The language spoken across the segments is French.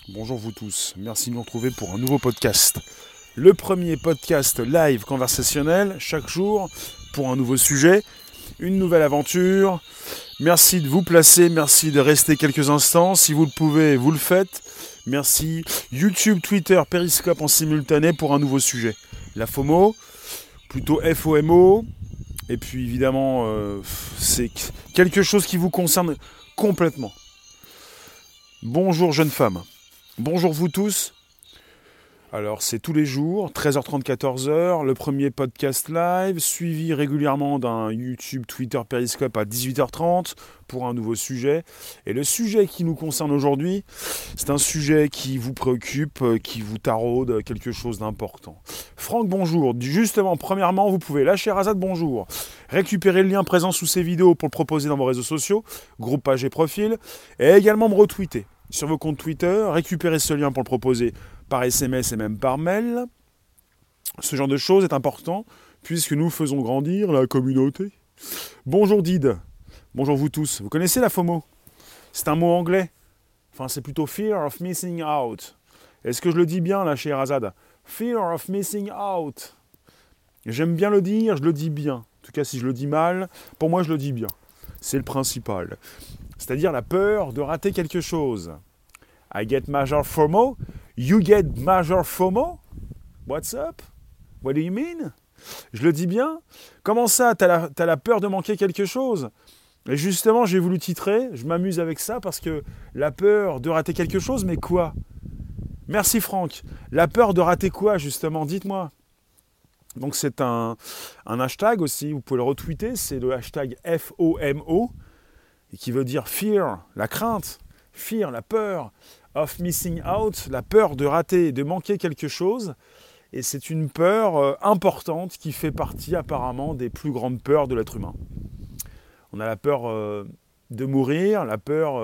Bonjour vous tous, merci de nous retrouver pour un nouveau podcast. Le premier podcast live conversationnel, chaque jour, pour un nouveau sujet, une nouvelle aventure. Merci de vous placer, merci de rester quelques instants. Si vous le pouvez, vous le faites. Merci YouTube, Twitter, Periscope en simultané pour un nouveau sujet. La FOMO, plutôt FOMO. Et puis évidemment, c'est quelque chose qui vous concerne complètement. Bonjour jeune femme. Bonjour vous tous. Alors c'est tous les jours, 13h30, 14h, le premier podcast live, suivi régulièrement d'un YouTube, Twitter, Periscope à 18h30 pour un nouveau sujet. Et le sujet qui nous concerne aujourd'hui, c'est un sujet qui vous préoccupe, qui vous taraude, quelque chose d'important. Franck, bonjour. Justement, premièrement, vous pouvez lâcher Razad, bonjour. Récupérer le lien présent sous ces vidéos pour le proposer dans vos réseaux sociaux, groupe, page et profil, et également me retweeter sur vos comptes Twitter, récupérer ce lien pour le proposer par SMS et même par mail. Ce genre de choses est important puisque nous faisons grandir la communauté. Bonjour Did, bonjour vous tous. Vous connaissez la FOMO? C'est un mot anglais. Enfin, c'est plutôt Fear of Missing Out. Est-ce que je le dis bien là chez Razad? Fear of Missing Out. J'aime bien le dire, je le dis bien. En tout cas, si je le dis mal, pour moi je le dis bien. C'est le principal. C'est-à-dire la peur de rater quelque chose. I get major FOMO. You get major FOMO. What's up? What do you mean? Je le dis bien. Comment ça, t'as la peur de manquer quelque chose? Et justement, j'ai voulu titrer, je m'amuse avec ça parce que la peur de rater quelque chose, mais quoi? Merci Franck. La peur de rater quoi, justement? Dites-moi. Donc c'est un hashtag aussi, vous pouvez le retweeter, c'est le hashtag FOMO. Et qui veut dire fear, la crainte, fear, la peur, of missing out, la peur de rater, de manquer quelque chose. Et c'est une peur importante qui fait partie apparemment des plus grandes peurs de l'être humain. On a la peur de mourir, la peur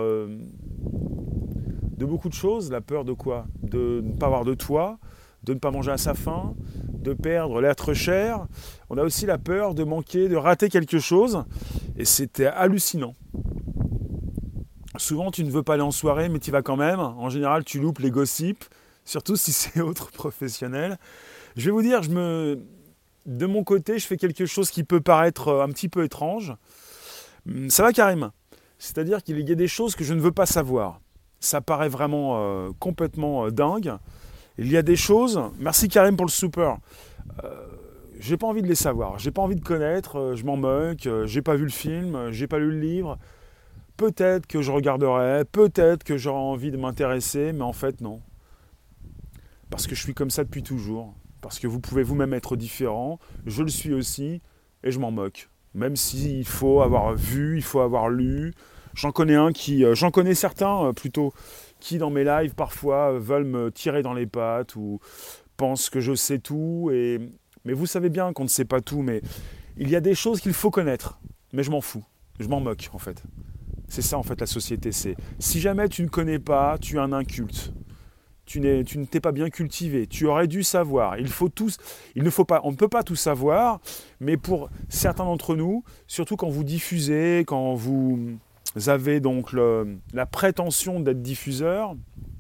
de beaucoup de choses, la peur de quoi? De ne pas avoir de toit, de ne pas manger à sa faim, de perdre l'être cher. On a aussi la peur de manquer, de rater quelque chose. Et c'était hallucinant. Souvent, tu ne veux pas aller en soirée, mais tu y vas quand même. En général, tu loupes les gossips, surtout si c'est autre professionnel. Je vais vous dire, de mon côté, je fais quelque chose qui peut paraître un petit peu étrange. Ça va, Karim? C'est-à-dire qu'il y a des choses que je ne veux pas savoir. Ça paraît vraiment complètement dingue. Il y a des choses... Merci, Karim, pour le super. J'ai pas envie de les savoir. J'ai pas envie de connaître. Je m'en moque. J'ai pas vu le film. J'ai pas lu le livre. Peut-être que je regarderai, peut-être que j'aurai envie de m'intéresser, mais en fait non. Parce que je suis comme ça depuis toujours. Parce que vous pouvez vous-même être différent, je le suis aussi, et je m'en moque. Même s'il faut avoir vu, il faut avoir lu. J'en connais certains plutôt, qui dans mes lives parfois veulent me tirer dans les pattes ou pensent que je sais tout. Mais vous savez bien qu'on ne sait pas tout, mais il y a des choses qu'il faut connaître. Mais je m'en fous, je m'en moque en fait. C'est ça en fait la société, c'est si jamais tu ne connais pas, tu es un inculte. Tu ne t'es pas bien cultivé, tu aurais dû savoir. On ne peut pas tout savoir, mais pour certains d'entre nous, surtout quand vous diffusez, quand vous avez donc la prétention d'être diffuseur,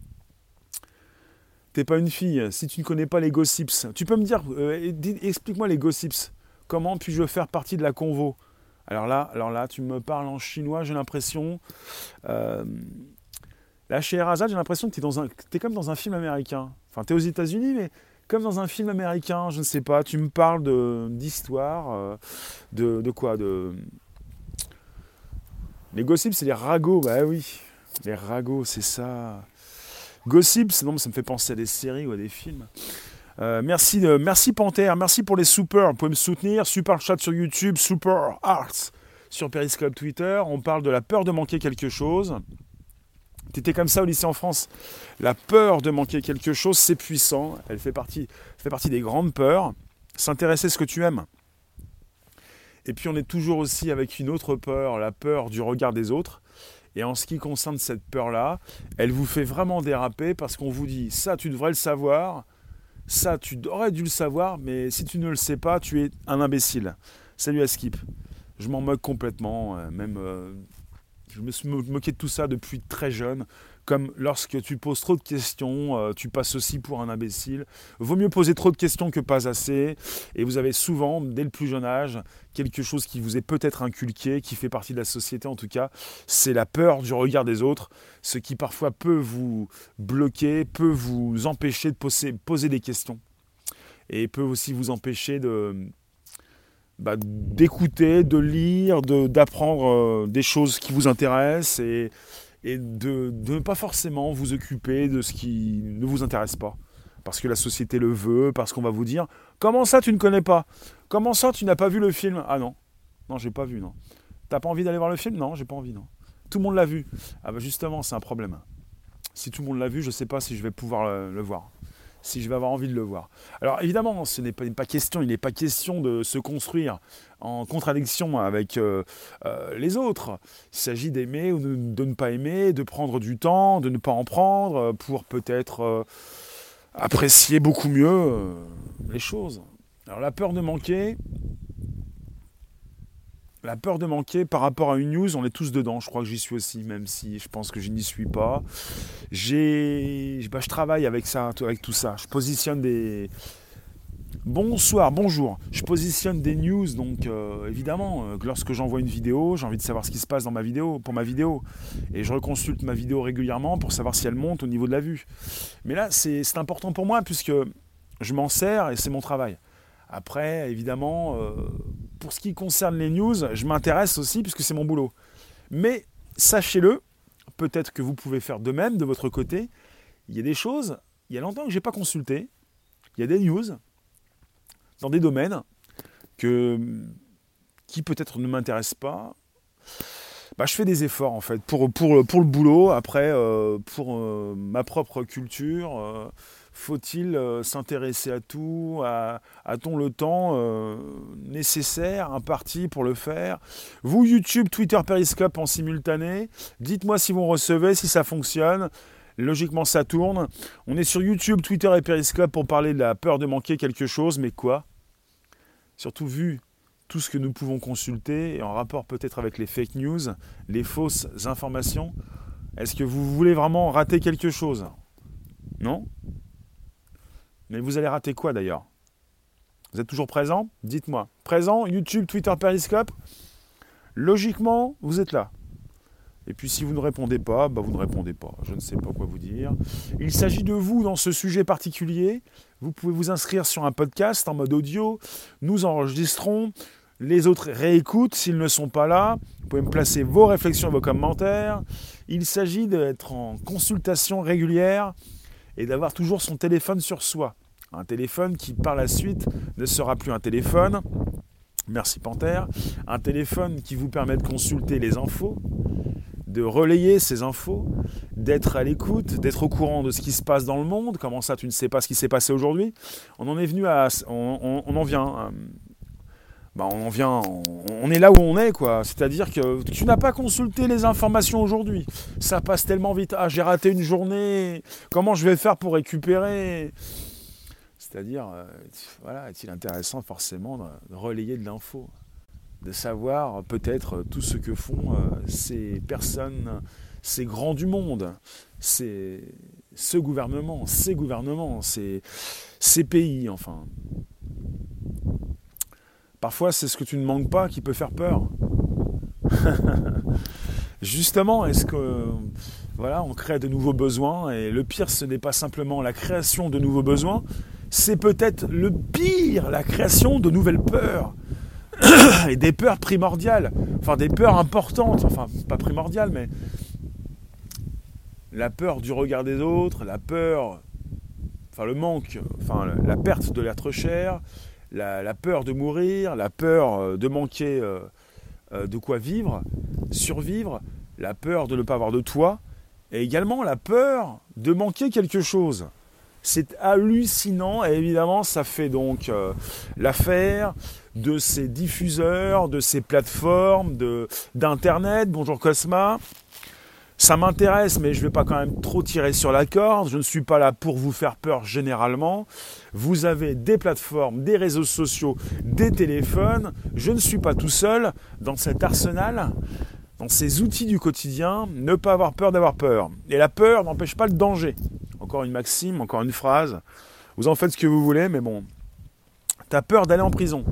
t'es pas une fille. Si tu ne connais pas les gossips, tu peux me dire, explique-moi les gossips. Comment puis-je faire partie de la convo? Alors là, tu me parles en chinois, j'ai l'impression. Là, chez Razad, j'ai l'impression que t'es comme dans un film américain. Enfin, t'es aux États-Unis, mais comme dans un film américain, je ne sais pas. Tu me parles d'histoire, de quoi? Les gossips, c'est les ragots. Bah oui, les ragots, c'est ça. Gossips, non, ça me fait penser à des séries ou à des films. Merci Panthère, merci pour les super. Vous pouvez me soutenir, super chat sur YouTube, super arts sur Periscope Twitter. On parle de la peur de manquer quelque chose. T'étais comme ça au lycée en France. La peur de manquer quelque chose, c'est puissant. Elle fait partie des grandes peurs. S'intéresser à ce que tu aimes. Et puis on est toujours aussi avec une autre peur, la peur du regard des autres. Et en ce qui concerne cette peur-là, elle vous fait vraiment déraper parce qu'on vous dit ça, tu devrais le savoir. Ça, tu aurais dû le savoir, mais si tu ne le sais pas, tu es un imbécile. Salut à Skip. Je m'en moque complètement. Je me suis moqué de tout ça depuis très jeune. comme lorsque tu poses trop de questions, tu passes aussi pour un imbécile. Vaut mieux poser trop de questions que pas assez. Et vous avez souvent, dès le plus jeune âge, quelque chose qui vous est peut-être inculqué, qui fait partie de la société en tout cas, c'est la peur du regard des autres, ce qui parfois peut vous bloquer, peut vous empêcher de poser des questions. Et peut aussi vous empêcher d'écouter, de lire, d'apprendre des choses qui vous intéressent et de ne pas forcément vous occuper de ce qui ne vous intéresse pas. Parce que la société le veut, parce qu'on va vous dire « Comment ça, tu ne connais pas ? Comment ça, tu n'as pas vu le film ?»« Ah non, j'ai pas vu, non. T'as pas envie d'aller voir le film ? Non, j'ai pas envie, non. Tout le monde l'a vu. » Ah bah justement, c'est un problème. Si tout le monde l'a vu, je ne sais pas si je vais pouvoir le voir. Si je vais avoir envie de le voir. Alors évidemment, il n'est pas question de se construire en contradiction avec les autres. Il s'agit d'aimer ou de ne pas aimer, de prendre du temps, de ne pas en prendre, pour peut-être apprécier beaucoup mieux les choses. Alors la peur de manquer par rapport à une news, on est tous dedans, je crois que j'y suis aussi, même si je pense que je n'y suis pas. Je travaille avec tout ça. Je positionne bonjour. Je positionne des news, donc évidemment, lorsque j'envoie une vidéo, j'ai envie de savoir ce qui se passe pour ma vidéo. Et je reconsulte ma vidéo régulièrement pour savoir si elle monte au niveau de la vue. Mais là, c'est important pour moi puisque je m'en sers et c'est mon travail. Après, évidemment, pour ce qui concerne les news, je m'intéresse aussi puisque c'est mon boulot. Mais sachez-le, peut-être que vous pouvez faire de même de votre côté. Il y a des choses, il y a longtemps que je n'ai pas consulté. Il y a des news dans des domaines qui peut-être ne m'intéressent pas. Je fais des efforts en fait pour le boulot. Après, pour ma propre culture, faut-il s'intéresser à tout ? A-t-on le temps nécessaire, imparti pour le faire ? Vous, YouTube, Twitter, Periscope en simultané, dites-moi si vous recevez, si ça fonctionne. Logiquement, ça tourne. On est sur YouTube, Twitter et Periscope pour parler de la peur de manquer quelque chose, mais quoi ? Surtout vu tout ce que nous pouvons consulter, et en rapport peut-être avec les fake news, les fausses informations, est-ce que vous voulez vraiment rater quelque chose ? Non ? Mais vous allez rater quoi d'ailleurs ? Vous êtes toujours présent ? Dites-moi. Présent, YouTube, Twitter, Periscope ? Logiquement, vous êtes là. Et puis si vous ne répondez pas, vous ne répondez pas. Je ne sais pas quoi vous dire. Il s'agit de vous dans ce sujet particulier. Vous pouvez vous inscrire sur un podcast en mode audio. Nous enregistrons. Les autres réécoutent s'ils ne sont pas là. Vous pouvez me placer vos réflexions et vos commentaires. Il s'agit d'être en consultation régulière et d'avoir toujours son téléphone sur soi. Un téléphone qui, par la suite, ne sera plus un téléphone. Merci Panthère. Un téléphone qui vous permet de consulter les infos, de relayer ces infos, d'être à l'écoute, d'être au courant de ce qui se passe dans le monde. Comment ça, tu ne sais pas ce qui s'est passé aujourd'hui ? On en est là où on est, quoi. C'est-à-dire que tu n'as pas consulté les informations aujourd'hui. Ça passe tellement vite. Ah, j'ai raté une journée. Comment je vais faire pour récupérer ? C'est-à-dire, est-il intéressant forcément de relayer de l'info ? De savoir peut-être tout ce que font ces personnes, ces grands du monde, ce gouvernement, ces gouvernements, ces pays, enfin. Parfois, c'est ce que tu ne manques pas qui peut faire peur. Justement, est-ce que on crée de nouveaux besoins, et le pire, ce n'est pas simplement la création de nouveaux besoins, c'est peut-être le pire, la création de nouvelles peurs. Et des peurs primordiales, enfin des peurs importantes, enfin pas primordiales, mais la peur du regard des autres, la peur, le manque, la perte de l'être cher, la peur de mourir, la peur de manquer de quoi vivre, survivre, la peur de ne pas avoir de toit, et également la peur de manquer quelque chose. C'est hallucinant, et évidemment ça fait donc l'affaire de ces diffuseurs, de ces plateformes, d'internet. Bonjour Cosma. Ça m'intéresse, mais je ne vais pas quand même trop tirer sur la corde. Je ne suis pas là pour vous faire peur généralement. Vous avez des plateformes, des réseaux sociaux, des téléphones. Je ne suis pas tout seul dans cet arsenal. dans ces outils du quotidien, ne pas avoir peur d'avoir peur. Et la peur n'empêche pas le danger. Encore une maxime, encore une phrase. Vous en faites ce que vous voulez, mais bon. T'as peur d'aller en prison.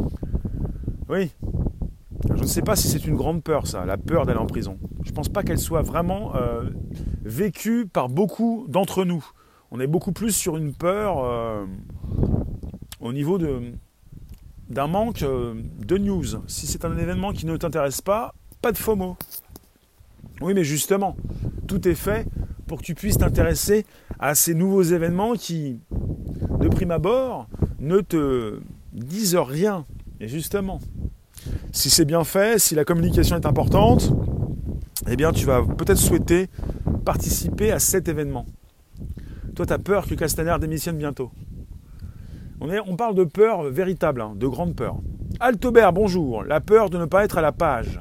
Oui. Je ne sais pas si c'est une grande peur, ça, la peur d'aller en prison. Je ne pense pas qu'elle soit vraiment vécue par beaucoup d'entre nous. On est beaucoup plus sur une peur au niveau d'un manque de news. Si c'est un événement qui ne t'intéresse pas de FOMO. Oui, mais justement, tout est fait pour que tu puisses t'intéresser à ces nouveaux événements qui, de prime abord, ne te disent rien. Et justement, si c'est bien fait, si la communication est importante, eh bien, tu vas peut-être souhaiter participer à cet événement. Toi, tu as peur que Castaner démissionne bientôt. On parle de peur véritable, de grande peur. Altobert, bonjour. La peur de ne pas être à la page.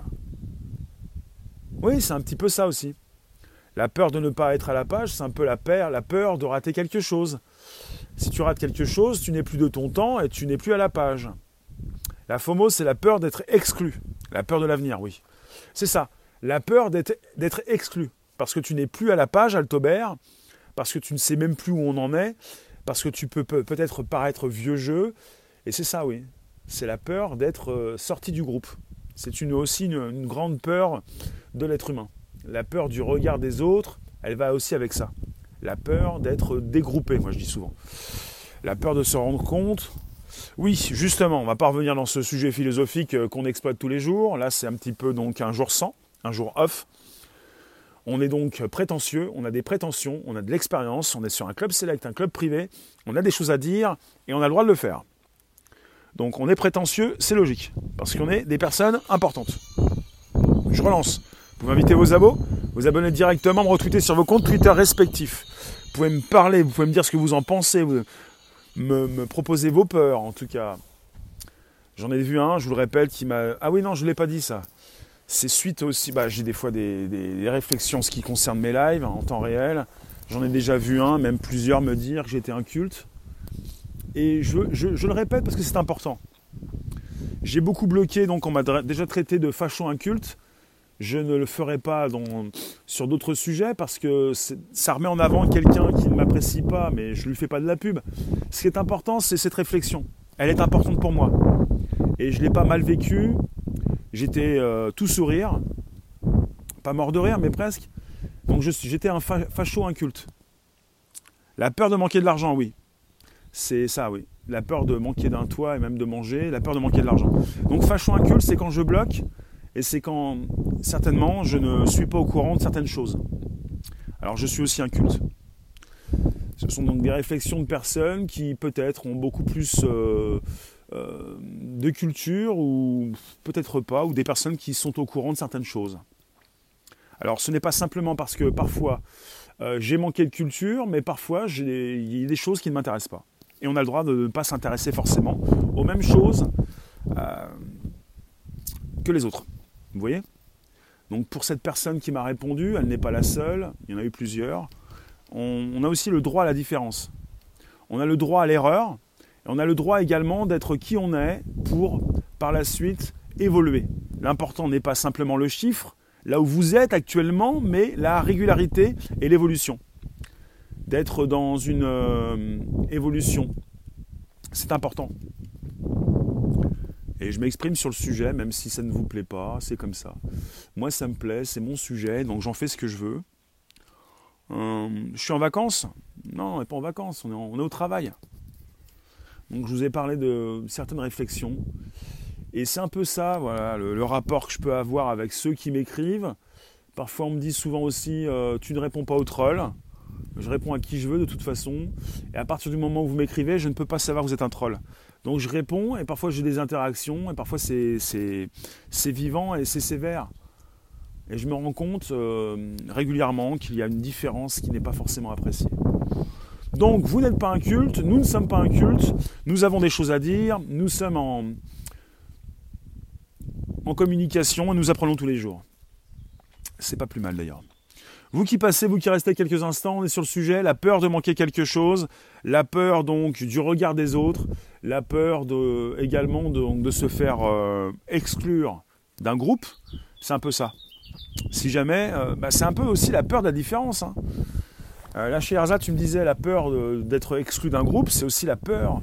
Oui, c'est un petit peu ça aussi. La peur de ne pas être à la page, c'est un peu la peur de rater quelque chose. Si tu rates quelque chose, tu n'es plus de ton temps et tu n'es plus à la page. La FOMO, c'est la peur d'être exclu. La peur de l'avenir, oui. C'est ça. La peur d'être exclu. Parce que tu n'es plus à la page, Altobert. Parce que tu ne sais même plus où on en est. Parce que tu peux peut-être paraître vieux jeu. Et c'est ça, oui. C'est la peur d'être sorti du groupe. C'est aussi une grande peur de l'être humain. La peur du regard des autres, elle va aussi avec ça. La peur d'être dégroupé, moi je dis souvent. La peur de se rendre compte. Oui, justement, on ne va pas revenir dans ce sujet philosophique qu'on exploite tous les jours. Là, c'est un petit peu donc un jour sans, un jour off. On est donc prétentieux, on a des prétentions, on a de l'expérience, on est sur un club select, un club privé, on a des choses à dire et on a le droit de le faire. Donc on est prétentieux, c'est logique, parce qu'on est des personnes importantes. Je relance. Vous pouvez inviter vos abos, vous abonner directement, me retweeter sur vos comptes Twitter respectifs. Vous pouvez me parler, vous pouvez me dire ce que vous en pensez, me proposer vos peurs en tout cas. J'en ai vu un, je vous le répète, qui m'a... Ah oui non, je ne l'ai pas dit ça. C'est suite aussi, j'ai des fois des réflexions en ce qui concerne mes lives en temps réel. J'en ai déjà vu un, même plusieurs me dire que j'étais inculte. Et je le répète parce que c'est important. J'ai beaucoup bloqué, donc on m'a déjà traité de facho inculte. Je ne le ferai pas sur d'autres sujets parce que ça remet en avant quelqu'un qui ne m'apprécie pas, mais je ne lui fais pas de la pub. Ce qui est important, c'est cette réflexion. Elle est importante pour moi. Et je ne l'ai pas mal vécu. J'étais tout sourire. Pas mort de rire, mais presque. Donc j'étais un facho inculte. La peur de manquer de l'argent, oui. C'est ça, oui. La peur de manquer d'un toit et même de manger, la peur de manquer de l'argent. Donc facho inculte, c'est quand je bloque et c'est quand, certainement, je ne suis pas au courant de certaines choses. Alors je suis aussi inculte. Ce sont donc des réflexions de personnes qui peut-être ont beaucoup plus de culture ou peut-être pas, ou des personnes qui sont au courant de certaines choses. Alors ce n'est pas simplement parce que parfois j'ai manqué de culture, mais parfois il y a des choses qui ne m'intéressent pas. Et on a le droit de ne pas s'intéresser forcément aux mêmes choses que les autres. Vous voyez ? Donc pour cette personne qui m'a répondu, elle n'est pas la seule, il y en a eu plusieurs, on a aussi le droit à la différence. On a le droit à l'erreur, et on a le droit également d'être qui on est pour, par la suite, évoluer. L'important n'est pas simplement le chiffre, là où vous êtes actuellement, mais la régularité et l'évolution. D'être dans une évolution. C'est important. Et je m'exprime sur le sujet, même si ça ne vous plaît pas, c'est comme ça. Moi, ça me plaît, c'est mon sujet, donc j'en fais ce que je veux. Je suis en vacances ? Non, on n'est pas en vacances, on est au travail. Donc je vous ai parlé de certaines réflexions. Et c'est un peu ça, voilà, le rapport que je peux avoir avec ceux qui m'écrivent. Parfois, on me dit souvent aussi, tu ne réponds pas aux trolls. Je réponds à qui je veux de toute façon. Et à partir du moment où vous m'écrivez, je ne peux pas savoir que vous êtes un troll. Donc je réponds et parfois j'ai des interactions et parfois c'est vivant et c'est sévère. Et je me rends compte régulièrement qu'il y a une différence qui n'est pas forcément appréciée. Donc vous n'êtes pas un culte, nous ne sommes pas un culte, nous avons des choses à dire, nous sommes en communication et nous apprenons tous les jours. C'est pas plus mal d'ailleurs. Vous qui passez, vous qui restez quelques instants, on est sur le sujet, la peur de manquer quelque chose, la peur donc du regard des autres, la peur également de se faire exclure d'un groupe, c'est un peu ça. Si jamais, c'est un peu aussi la peur de la différence. Hein. Là, chez Erza, tu me disais la peur d'être exclu d'un groupe, c'est aussi la peur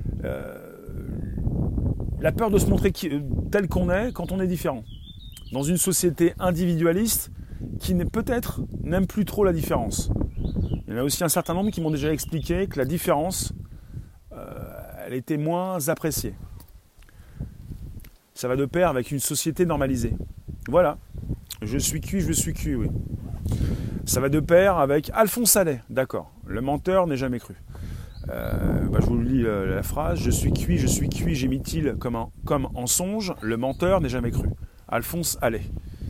de se montrer tel qu'on est quand on est différent. Dans une société individualiste qui peut-être n'aime plus trop la différence. Il y en a aussi un certain nombre qui m'ont déjà expliqué que la différence, elle était moins appréciée. Ça va de pair avec une société normalisée. Voilà. Je suis cuit, oui. Ça va de pair avec Alphonse Allais, d'accord. Le menteur n'est jamais cru. Je vous lis la phrase. Je suis cuit, gémit-il comme en songe. Le menteur n'est jamais cru. Alphonse Allais.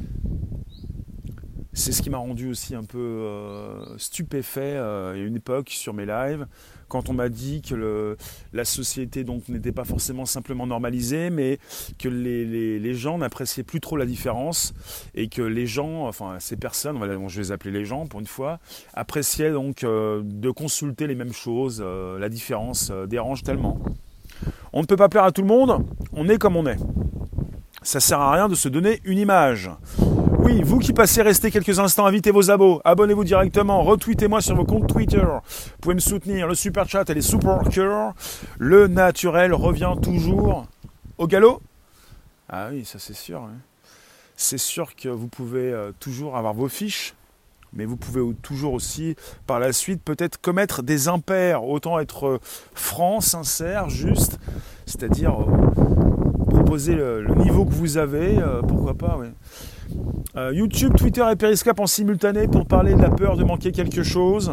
C'est ce qui m'a rendu aussi un peu stupéfait il y a une époque sur mes lives, quand on m'a dit que la société donc n'était pas forcément simplement normalisée, mais que les gens n'appréciaient plus trop la différence et que les gens, enfin ces personnes, je vais les appeler les gens pour une fois, appréciaient donc de consulter les mêmes choses. La différence dérange tellement. On ne peut pas plaire à tout le monde, on est comme on est. Ça sert à rien de se donner une image. Oui, vous qui passez, restez quelques instants, invitez vos abos, abonnez-vous directement, retweetez-moi sur vos comptes Twitter. Vous pouvez me soutenir, le super chat et les super cœurs. Le naturel revient toujours au galop. Ah oui, ça c'est sûr. Hein. C'est sûr que vous pouvez toujours avoir vos fiches, mais vous pouvez toujours aussi, par la suite, peut-être commettre des impairs. Autant être franc, sincère, juste, c'est-à-dire proposer le niveau que vous avez, pourquoi pas, oui. YouTube, Twitter et Periscope en simultané pour parler de la peur de manquer quelque chose.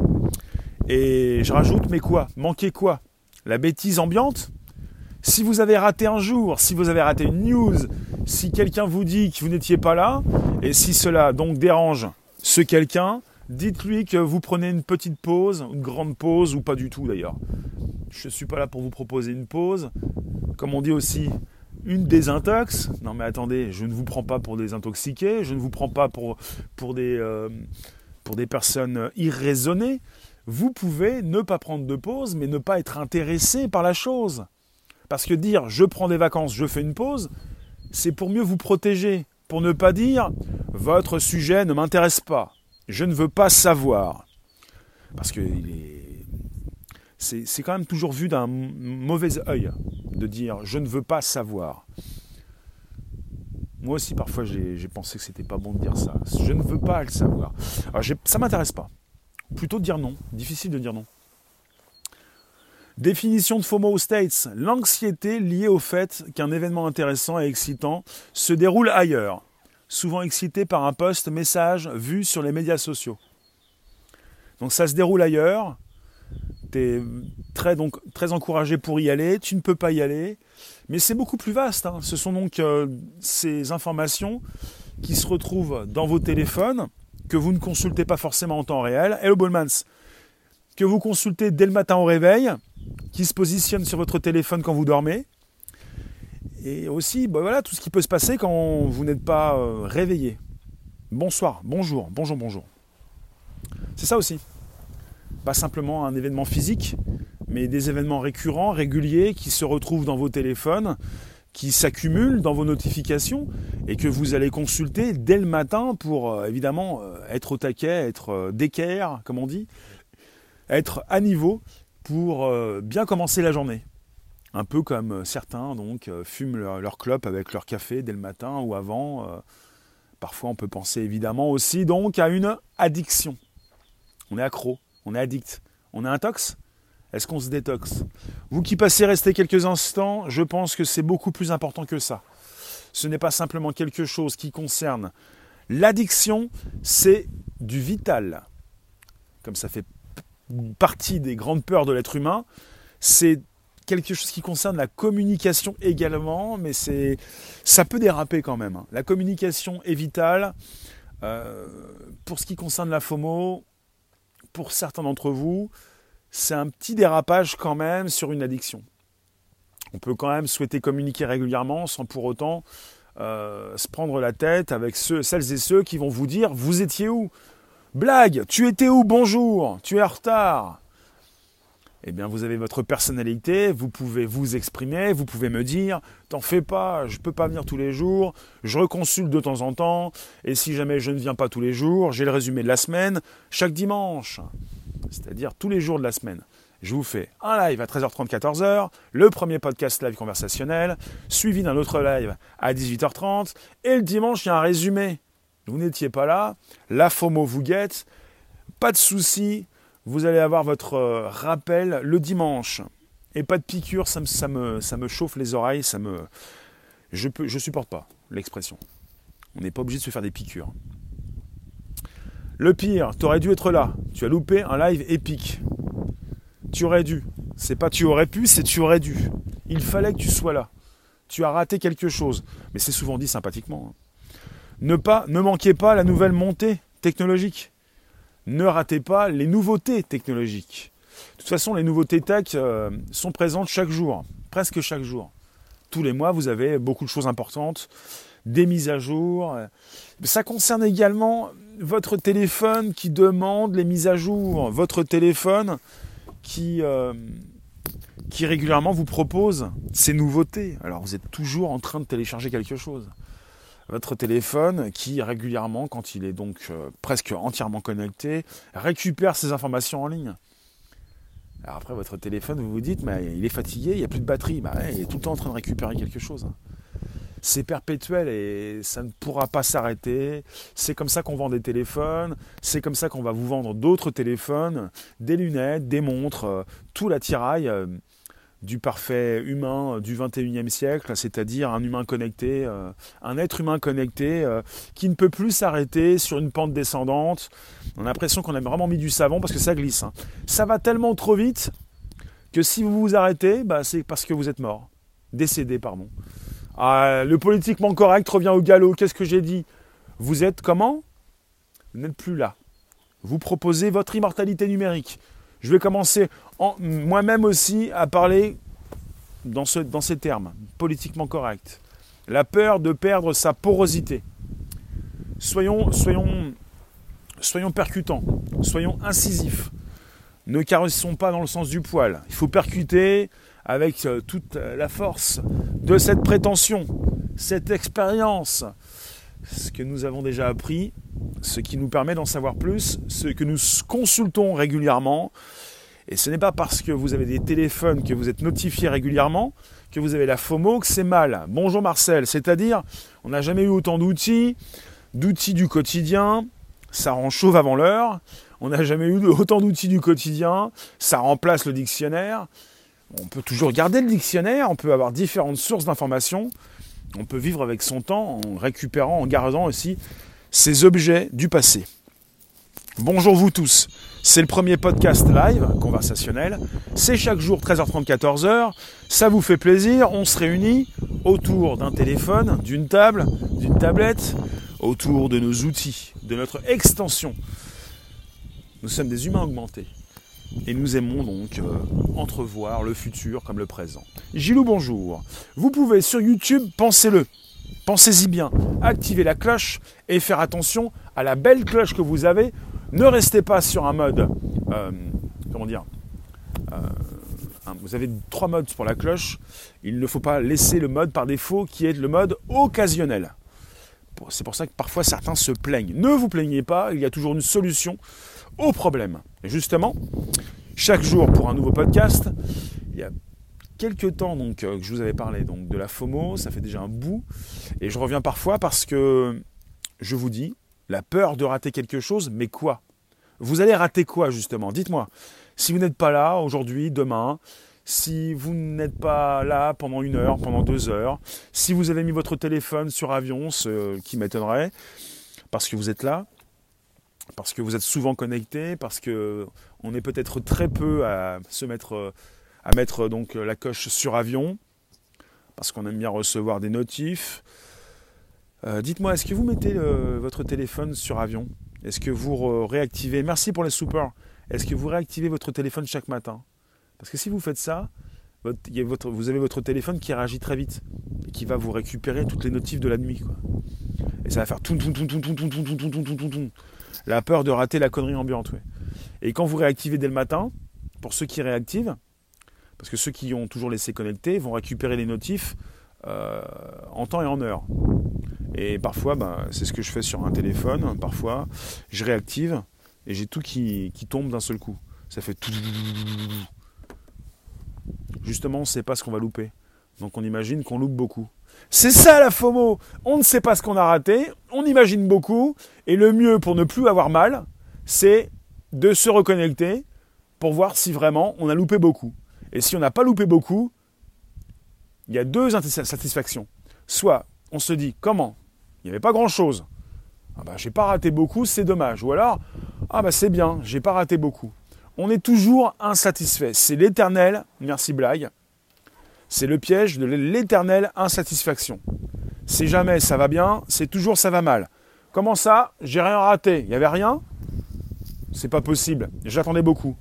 Et je rajoute, mais quoi ? Manquer quoi ? La bêtise ambiante ? Si vous avez raté un jour, si vous avez raté une news, si quelqu'un vous dit que vous n'étiez pas là, et si cela donc dérange ce quelqu'un, dites-lui que vous prenez une petite pause, une grande pause, ou pas du tout d'ailleurs. Je ne suis pas là pour vous proposer une pause. Comme on dit aussi, une désintox. Non mais attendez, je ne vous prends pas pour des intoxiqués, je ne vous prends pas pour des personnes irraisonnées. Vous pouvez ne pas prendre de pause, mais ne pas être intéressé par la chose. Parce que dire « je prends des vacances, je fais une pause », c'est pour mieux vous protéger. Pour ne pas dire « votre sujet ne m'intéresse pas, je ne veux pas savoir ». Parce que c'est quand même toujours vu d'un mauvais œil de dire « je ne veux pas savoir ». Moi aussi, parfois, j'ai pensé que c'était pas bon de dire ça. Je ne veux pas le savoir. Alors, ça m'intéresse pas. Plutôt de dire non. Difficile de dire non. Définition de FOMO aux States. L'anxiété liée au fait qu'un événement intéressant et excitant se déroule ailleurs. Souvent excité par un post, message vu sur les médias sociaux. Donc ça se déroule ailleurs. Tu es très encouragé pour y aller. Tu ne peux pas y aller. Mais c'est beaucoup plus vaste. Hein. Ce sont donc ces informations qui se retrouvent dans vos téléphones, que vous ne consultez pas forcément en temps réel. Hello Bollmans, que vous consultez dès le matin au réveil, qui se positionne sur votre téléphone quand vous dormez. Et aussi, voilà, tout ce qui peut se passer quand vous n'êtes pas réveillé. Bonsoir, bonjour. C'est ça aussi. Pas simplement un événement physique, mais des événements récurrents, réguliers, qui se retrouvent dans vos téléphones, qui s'accumulent dans vos notifications et que vous allez consulter dès le matin pour, évidemment, être au taquet, être d'équerre, comme on dit, être à niveau pour bien commencer la journée. Un peu comme certains donc fument leur clope avec leur café dès le matin ou avant. Parfois, on peut penser évidemment aussi donc à une addiction. On est accro, on est addict, on est intox. Est-ce qu'on se détoxe ? Vous qui passez rester quelques instants, je pense que c'est beaucoup plus important que ça. Ce n'est pas simplement quelque chose qui concerne l'addiction, c'est du vital. Comme ça fait partie des grandes peurs de l'être humain, c'est quelque chose qui concerne la communication également, mais ça peut déraper quand même. La communication est vitale. Pour ce qui concerne la FOMO, pour certains d'entre vous, c'est un petit dérapage quand même sur une addiction. On peut quand même souhaiter communiquer régulièrement sans pour autant se prendre la tête avec celles et ceux qui vont vous dire « Vous étiez où ? Blague, tu étais où ? Bonjour, tu es en retard !» eh bien vous avez votre personnalité, vous pouvez vous exprimer, vous pouvez me dire « T'en fais pas, je ne peux pas venir tous les jours, je reconsulte de temps en temps, et si jamais je ne viens pas tous les jours, j'ai le résumé de la semaine, chaque dimanche. » C'est-à-dire tous les jours de la semaine. Je vous fais un live à 13h30, 14h, le premier podcast live conversationnel, suivi d'un autre live à 18h30, et le dimanche, il y a un résumé. Vous n'étiez pas là, la FOMO vous guette, pas de souci, vous allez avoir votre rappel le dimanche. Et pas de piqûre, ça me chauffe les oreilles, je supporte pas l'expression. On n'est pas obligé de se faire des piqûres. Le pire, tu aurais dû être là. Tu as loupé un live épique. Tu aurais dû. C'est pas tu aurais pu, c'est tu aurais dû. Il fallait que tu sois là. Tu as raté quelque chose. Mais c'est souvent dit sympathiquement. Ne manquez pas la nouvelle montée technologique. Ne ratez pas les nouveautés technologiques. De toute façon, les nouveautés tech sont présentes chaque jour. Presque chaque jour. Tous les mois, vous avez beaucoup de choses importantes. Des mises à jour. Ça concerne également votre téléphone qui demande les mises à jour. Votre téléphone qui régulièrement vous propose ces nouveautés. Alors vous êtes toujours en train de télécharger quelque chose. Votre téléphone qui régulièrement, quand il est donc presque entièrement connecté, récupère ces informations en ligne. Alors après votre téléphone, vous vous dites, mais il est fatigué, il n'y a plus de batterie. Bah ouais, il est tout le temps en train de récupérer quelque chose. C'est perpétuel et ça ne pourra pas s'arrêter. C'est comme ça qu'on vend des téléphones, c'est comme ça qu'on va vous vendre d'autres téléphones, des lunettes, des montres, tout l'attirail du parfait humain du 21e siècle, c'est-à-dire un humain connecté, un être humain connecté qui ne peut plus s'arrêter sur une pente descendante. On a l'impression qu'on a vraiment mis du savon parce que ça glisse. Ça va tellement trop vite que si vous vous arrêtez, c'est parce que vous êtes mort. Décédé, pardon. Le politiquement correct revient au galop. Qu'est-ce que j'ai dit? Vous êtes comment? Vous n'êtes plus là. Vous proposez votre immortalité numérique. Je vais commencer moi-même aussi à parler dans ces termes, politiquement correct. La peur de perdre sa porosité. Soyons percutants, soyons incisifs. Ne caressons pas dans le sens du poil. Il faut percuter avec toute la force de cette prétention, cette expérience, ce que nous avons déjà appris, ce qui nous permet d'en savoir plus, ce que nous consultons régulièrement. Et ce n'est pas parce que vous avez des téléphones, que vous êtes notifiés régulièrement, que vous avez la FOMO, que c'est mal. Bonjour Marcel, c'est-à-dire, on n'a jamais eu autant d'outils du quotidien, ça rend chauve avant l'heure. On n'a jamais eu autant d'outils du quotidien, ça remplace le dictionnaire. On peut toujours garder le dictionnaire, on peut avoir différentes sources d'informations, on peut vivre avec son temps en récupérant, en gardant aussi ces objets du passé. Bonjour vous tous, c'est le premier podcast live, conversationnel, c'est chaque jour 13h30, 14h, ça vous fait plaisir, on se réunit autour d'un téléphone, d'une table, d'une tablette, autour de nos outils, de notre extension. Nous sommes des humains augmentés. Et nous aimons donc entrevoir le futur comme le présent. Gilou, bonjour. Vous pouvez sur YouTube, pensez-y bien, activer la cloche et faire attention à la belle cloche que vous avez. Ne restez pas sur un mode, vous avez 3 modes pour la cloche. Il ne faut pas laisser le mode par défaut qui est le mode occasionnel. C'est pour ça que parfois certains se plaignent. Ne vous plaignez pas, il y a toujours une solution au problème. Et justement, chaque jour pour un nouveau podcast, il y a quelques temps que je vous avais parlé de la FOMO, ça fait déjà un bout, et je reviens parfois parce que je vous dis, la peur de rater quelque chose, mais quoi? Vous allez rater quoi justement? Dites-moi, si vous n'êtes pas là aujourd'hui, demain, si vous n'êtes pas là pendant 1 heure, pendant 2 heures, si vous avez mis votre téléphone sur avion, ce qui m'étonnerait, parce que vous êtes là, parce que vous êtes souvent connecté, parce qu'on est peut-être très peu à mettre donc la coche sur avion, parce qu'on aime bien recevoir des notifs. Dites-moi, est-ce que vous mettez votre téléphone sur avion? Est-ce que vous réactivez? Merci pour les supers. Est-ce que vous réactivez votre téléphone chaque matin? Parce que si vous faites ça, vous avez votre téléphone qui réagit très vite et qui va vous récupérer toutes les notifs de la nuit, quoi. Et ça va faire tout. La peur de rater la connerie ambiante, ouais. Et quand vous réactivez dès le matin, pour ceux qui réactivent, parce que ceux qui ont toujours laissé connecter vont récupérer les notifs en temps et en heure. Et parfois, c'est ce que je fais sur un téléphone. Parfois, je réactive et j'ai tout qui tombe d'un seul coup. Ça fait tout. Justement, on ne sait pas ce qu'on va louper. Donc on imagine qu'on loupe beaucoup. C'est ça la FOMO. On ne sait pas ce qu'on a raté, on imagine beaucoup. Et le mieux pour ne plus avoir mal, c'est de se reconnecter pour voir si vraiment on a loupé beaucoup. Et si on n'a pas loupé beaucoup, il y a deux insatisfactions. Soit on se dit, comment ? Il n'y avait pas grand-chose. J'ai pas raté beaucoup, c'est dommage. Ou alors, c'est bien, j'ai pas raté beaucoup. On est toujours insatisfait. C'est l'éternel, merci blague, c'est le piège de l'éternelle insatisfaction. C'est jamais ça va bien, c'est toujours ça va mal. Comment ça ? J'ai rien raté. Il n'y avait rien ? C'est pas possible. J'attendais beaucoup.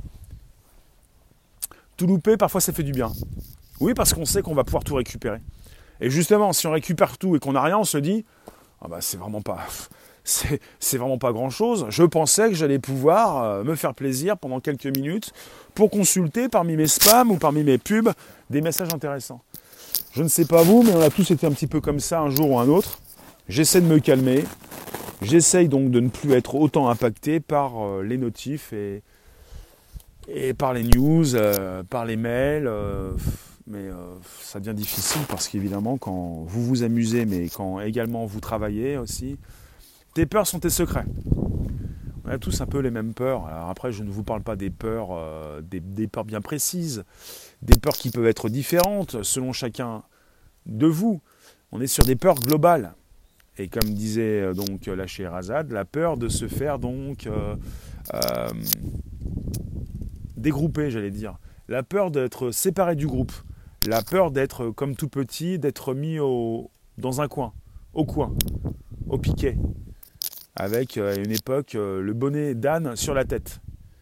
Tout louper, parfois ça fait du bien. Oui, parce qu'on sait qu'on va pouvoir tout récupérer. Et justement, si on récupère tout et qu'on n'a rien, on se dit c'est vraiment pas grand-chose. Je pensais que j'allais pouvoir me faire plaisir pendant quelques minutes pour consulter parmi mes spams ou parmi mes pubs des messages intéressants. Je ne sais pas vous, mais on a tous été un petit peu comme ça un jour ou un autre. J'essaie de me calmer. J'essaye donc de ne plus être autant impacté par les notifs et par les news, par les mails. Mais ça devient difficile parce qu'évidemment, quand vous vous amusez, mais quand également vous travaillez aussi, tes peurs sont tes secrets. On a tous un peu les mêmes peurs. Alors après, je ne vous parle pas des peurs, des peurs bien précises, des peurs qui peuvent être différentes selon chacun de vous. On est sur des peurs globales. Et comme disait donc la Scheherazade, la peur de se faire donc dégrouper, j'allais dire. La peur d'être séparé du groupe. La peur d'être comme tout petit, d'être mis dans un coin, au piquet. Avec à une époque le bonnet d'âne sur la tête.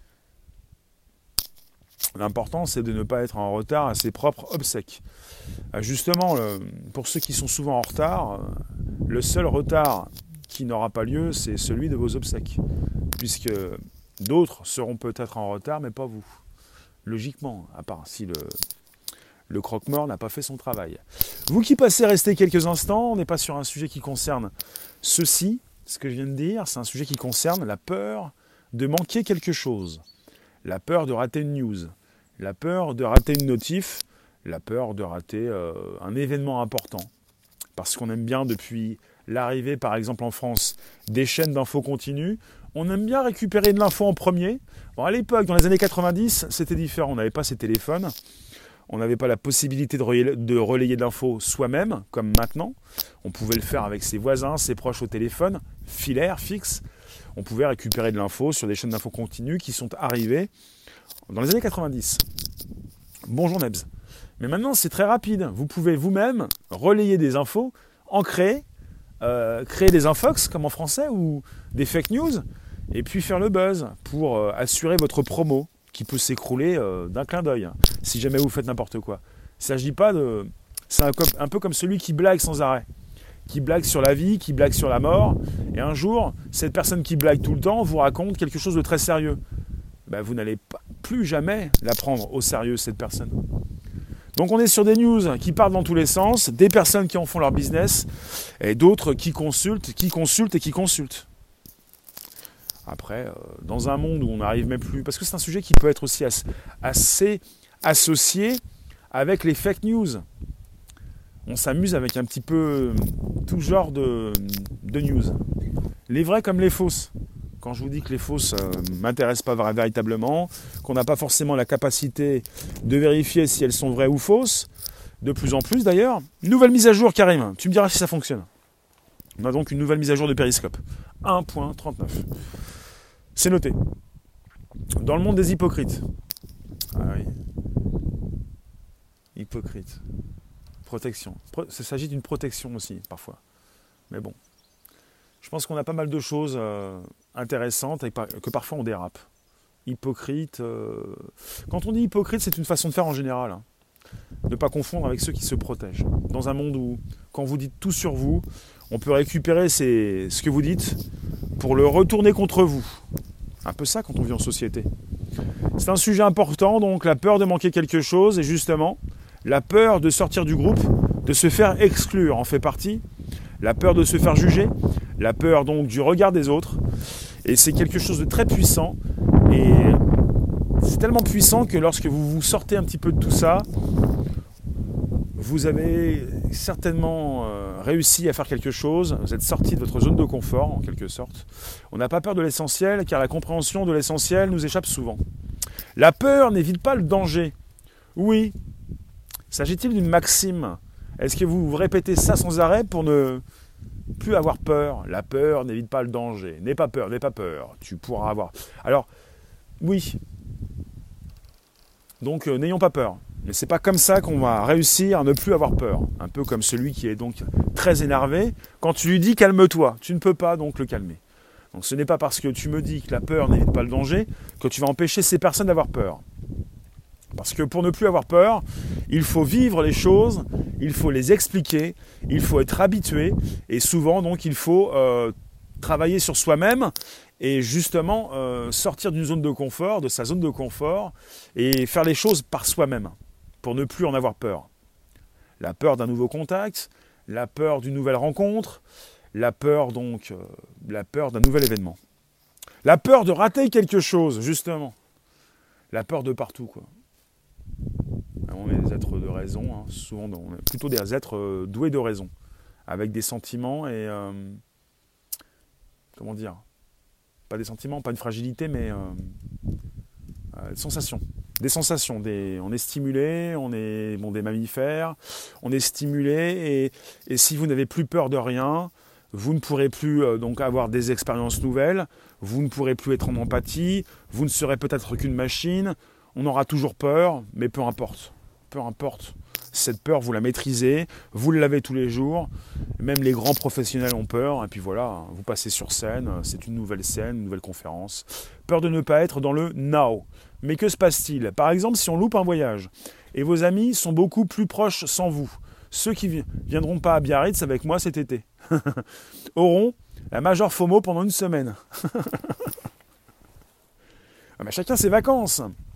L'important, c'est de ne pas être en retard à ses propres obsèques. Justement, pour ceux qui sont souvent en retard, le seul retard qui n'aura pas lieu, c'est celui de vos obsèques. Puisque d'autres seront peut-être en retard, mais pas vous. Logiquement, à part si le croque-mort n'a pas fait son travail. Vous qui passez rester quelques instants, on n'est pas sur un sujet qui concerne ceci, ce que je viens de dire, c'est un sujet qui concerne la peur de manquer quelque chose, la peur de rater une news, la peur de rater une notif, la peur de rater un événement important. Parce qu'on aime bien, depuis l'arrivée par exemple en France des chaînes d'infos continues, on aime bien récupérer de l'info en premier. Bon, à l'époque, dans les années 90, c'était différent, on n'avait pas ces téléphones. On n'avait pas la possibilité de relayer de l'info soi-même, comme maintenant. On pouvait le faire avec ses voisins, ses proches au téléphone, filaire, fixe. On pouvait récupérer de l'info sur des chaînes d'infos continues qui sont arrivées dans les années 90. Bonjour Nebs. Mais maintenant, c'est très rapide. Vous pouvez vous-même relayer des infos, créer des infox, comme en français, ou des fake news, et puis faire le buzz pour assurer votre promo, qui peut s'écrouler d'un clin d'œil, si jamais vous faites n'importe quoi. Il ne s'agit pas de... C'est un peu comme celui qui blague sans arrêt, qui blague sur la vie, qui blague sur la mort, et un jour, cette personne qui blague tout le temps vous raconte quelque chose de très sérieux. Vous n'allez plus jamais la prendre au sérieux, cette personne. Donc on est sur des news qui partent dans tous les sens, des personnes qui en font leur business, et d'autres qui consultent et qui consultent. Après, dans un monde où on n'arrive même plus... Parce que c'est un sujet qui peut être aussi assez associé avec les fake news. On s'amuse avec un petit peu tout genre de news. Les vraies comme les fausses. Quand je vous dis que les fausses ne m'intéressent pas véritablement, qu'on n'a pas forcément la capacité de vérifier si elles sont vraies ou fausses, de plus en plus d'ailleurs. Nouvelle mise à jour, Karim. Tu me diras si ça fonctionne. On a donc une nouvelle mise à jour de Périscope. 1.39. C'est noté. Dans le monde des hypocrites. Ah oui. Hypocrite. Protection. Il s'agit d'une protection aussi, parfois. Mais bon. Je pense qu'on a pas mal de choses intéressantes et que parfois on dérape. Hypocrite. Quand on dit hypocrite, c'est une façon de faire en général. Ne pas confondre avec ceux qui se protègent. Dans un monde où, quand vous dites tout sur vous, on peut récupérer ce que vous dites pour le retourner contre vous. Un peu ça quand on vit en société. C'est un sujet important, donc la peur de manquer quelque chose et justement la peur de sortir du groupe, de se faire exclure en fait partie, la peur de se faire juger, la peur donc du regard des autres. Et c'est quelque chose de très puissant et c'est tellement puissant que lorsque vous vous sortez un petit peu de tout ça, vous avez certainement réussi à faire quelque chose, vous êtes sorti de votre zone de confort en quelque sorte. On n'a pas peur de l'essentiel car la compréhension de l'essentiel nous échappe souvent. La peur n'évite pas le danger. Oui. S'agit-il d'une maxime ? Est-ce que vous répétez ça sans arrêt pour ne plus avoir peur ? La peur n'évite pas le danger. N'aie pas peur, tu pourras avoir. Alors, oui. Donc, n'ayons pas peur. Mais c'est pas comme ça qu'on va réussir à ne plus avoir peur. Un peu comme celui qui est donc très énervé. Quand tu lui dis calme-toi, tu ne peux pas donc le calmer. Donc ce n'est pas parce que tu me dis que la peur n'évite pas le danger que tu vas empêcher ces personnes d'avoir peur. Parce que pour ne plus avoir peur, il faut vivre les choses, il faut les expliquer, il faut être habitué et souvent donc il faut travailler sur soi-même et justement sortir d'une zone de confort, de sa zone de confort et faire les choses par soi-même pour ne plus en avoir peur. La peur d'un nouveau contact, la peur d'une nouvelle rencontre, la peur donc la peur d'un nouvel événement. La peur de rater quelque chose, justement. La peur de partout, quoi. On est des êtres de raison, hein. Souvent on est plutôt des êtres doués de raison, avec des sentiments et comment dire, pas des sentiments, pas une fragilité, mais des sensations. Des sensations, on est stimulé, on est des mammifères, on est stimulé et si vous n'avez plus peur de rien, vous ne pourrez plus donc avoir des expériences nouvelles, vous ne pourrez plus être en empathie, vous ne serez peut-être qu'une machine, on aura toujours peur, mais peu importe. Peu importe. Cette peur, vous la maîtrisez, vous l'avez tous les jours, même les grands professionnels ont peur, et puis voilà, vous passez sur scène, c'est une nouvelle scène, une nouvelle conférence. Peur de ne pas être dans le now. Mais que se passe-t-il ? Par exemple, si on loupe un voyage, et vos amis sont beaucoup plus proches sans vous, ceux qui ne viendront pas à Biarritz avec moi cet été, auront la majeure FOMO pendant une semaine. Mais chacun ses vacances.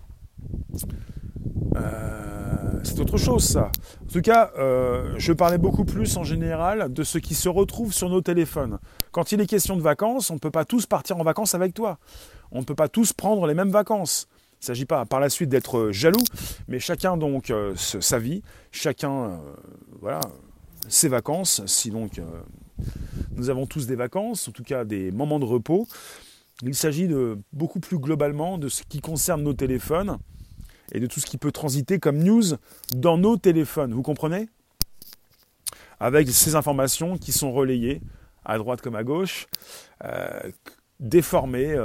C'est autre chose ça. En tout cas, je parlais beaucoup plus en général de ce qui se retrouve sur nos téléphones. Quand il est question de vacances, on ne peut pas tous partir en vacances avec toi. On ne peut pas tous prendre les mêmes vacances. Il ne s'agit pas par la suite d'être jaloux, mais chacun donc sa vie, chacun voilà, ses vacances. Si donc nous avons tous des vacances, en tout cas des moments de repos, il s'agit de beaucoup plus globalement de ce qui concerne nos téléphones et de tout ce qui peut transiter comme news dans nos téléphones. Vous comprenez ? Avec ces informations qui sont relayées à droite comme à gauche, déformées,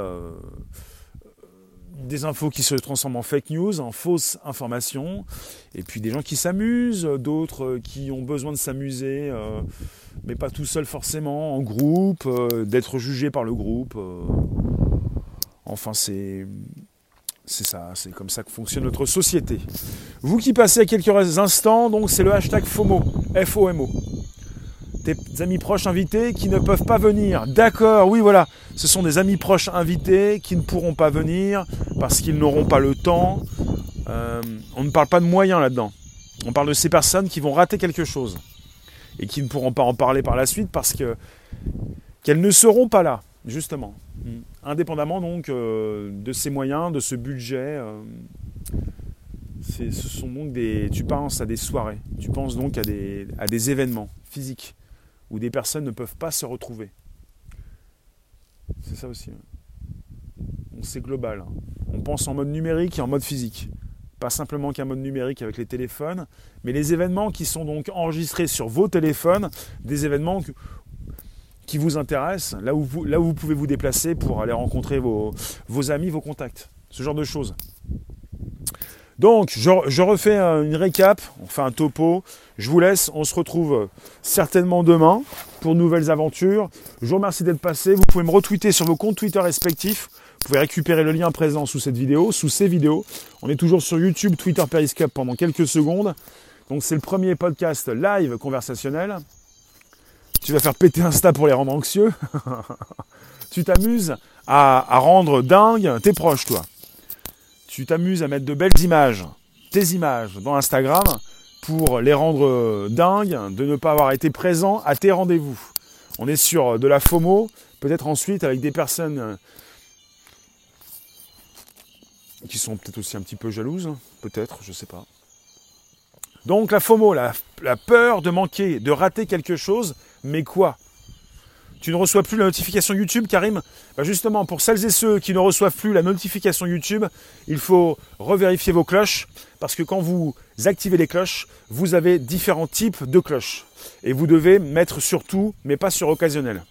des infos qui se transforment en fake news, en fausses informations, et puis des gens qui s'amusent, d'autres qui ont besoin de s'amuser, mais pas tout seul forcément, en groupe, d'être jugé par le groupe. Enfin, c'est ça, c'est comme ça que fonctionne notre société. Vous qui passez à quelques instants, donc c'est le hashtag FOMO, F-O-M-O. Tes amis proches invités qui ne peuvent pas venir. D'accord, oui voilà, ce sont des amis proches invités qui ne pourront pas venir parce qu'ils n'auront pas le temps. On ne parle pas de moyens là-dedans. On parle de ces personnes qui vont rater quelque chose et qui ne pourront pas en parler par la suite parce qu'elles ne seront pas là, justement. Indépendamment donc de ces moyens, de ce budget, ce sont donc tu penses à des soirées, tu penses donc à des événements physiques où des personnes ne peuvent pas se retrouver. C'est ça aussi. C'est global. On pense en mode numérique et en mode physique. Pas simplement qu'un mode numérique avec les téléphones, mais les événements qui sont donc enregistrés sur vos téléphones, des événements qui vous intéressent, là où vous pouvez vous déplacer pour aller rencontrer vos amis, vos contacts, ce genre de choses. Donc, je refais une récap, on fait un topo, je vous laisse, on se retrouve certainement demain pour de nouvelles aventures. Je vous remercie d'être passé, vous pouvez me retweeter sur vos comptes Twitter respectifs, vous pouvez récupérer le lien présent sous cette vidéo, sous ces vidéos. On est toujours sur YouTube, Twitter, Periscope pendant quelques secondes. Donc c'est le premier podcast live conversationnel. Tu vas faire péter Insta pour les rendre anxieux. Tu t'amuses à rendre dingue tes proches, toi. tu t'amuses à mettre de belles images, tes images dans Instagram pour les rendre dingues, de ne pas avoir été présent à tes rendez-vous. On est sur de la FOMO, peut-être ensuite avec des personnes qui sont peut-être aussi un petit peu jalouses, peut-être, je sais pas. Donc la FOMO, la peur de manquer, de rater quelque chose, mais quoi ? Tu ne reçois plus la notification YouTube, Karim ? Justement, pour celles et ceux qui ne reçoivent plus la notification YouTube, il faut revérifier vos cloches, parce que quand vous activez les cloches, vous avez différents types de cloches. Et vous devez mettre sur tout, mais pas sur occasionnel.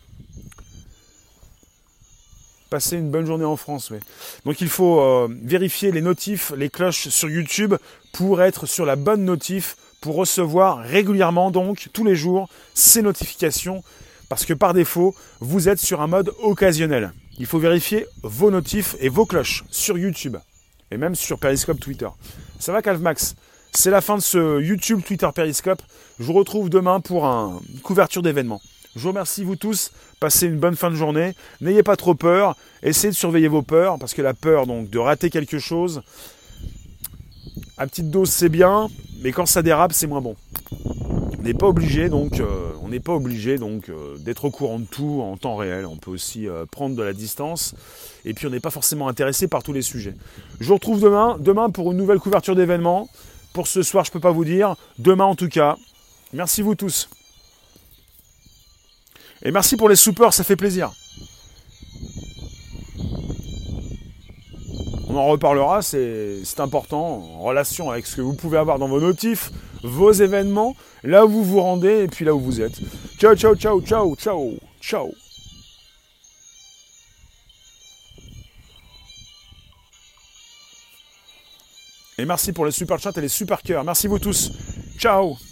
Passer une bonne journée en France, oui. Donc il faut vérifier les notifs, les cloches sur YouTube pour être sur la bonne notif, pour recevoir régulièrement, donc tous les jours, ces notifications. Parce que par défaut, vous êtes sur un mode occasionnel. Il faut vérifier vos notifs et vos cloches sur YouTube. Et même sur Periscope Twitter. Ça va, Calvmax ? C'est la fin de ce YouTube Twitter Periscope. Je vous retrouve demain pour une couverture d'événements. Je vous remercie vous tous. Passez une bonne fin de journée. N'ayez pas trop peur. Essayez de surveiller vos peurs. Parce que la peur donc, de rater quelque chose, à petite dose c'est bien. Mais quand ça dérape, c'est moins bon. On n'est pas obligé donc d'être au courant de tout en temps réel. On peut aussi prendre de la distance. Et puis on n'est pas forcément intéressé par tous les sujets. Je vous retrouve demain pour une nouvelle couverture d'événements. Pour ce soir, je ne peux pas vous dire. Demain en tout cas. Merci vous tous. Et merci pour les supports, ça fait plaisir. On en reparlera, c'est important, en relation avec ce que vous pouvez avoir dans vos notifs, vos événements, là où vous vous rendez et puis là où vous êtes. Ciao, ciao, ciao, ciao, ciao, ciao. Et merci pour les super chats et les super cœurs. Merci vous tous. Ciao.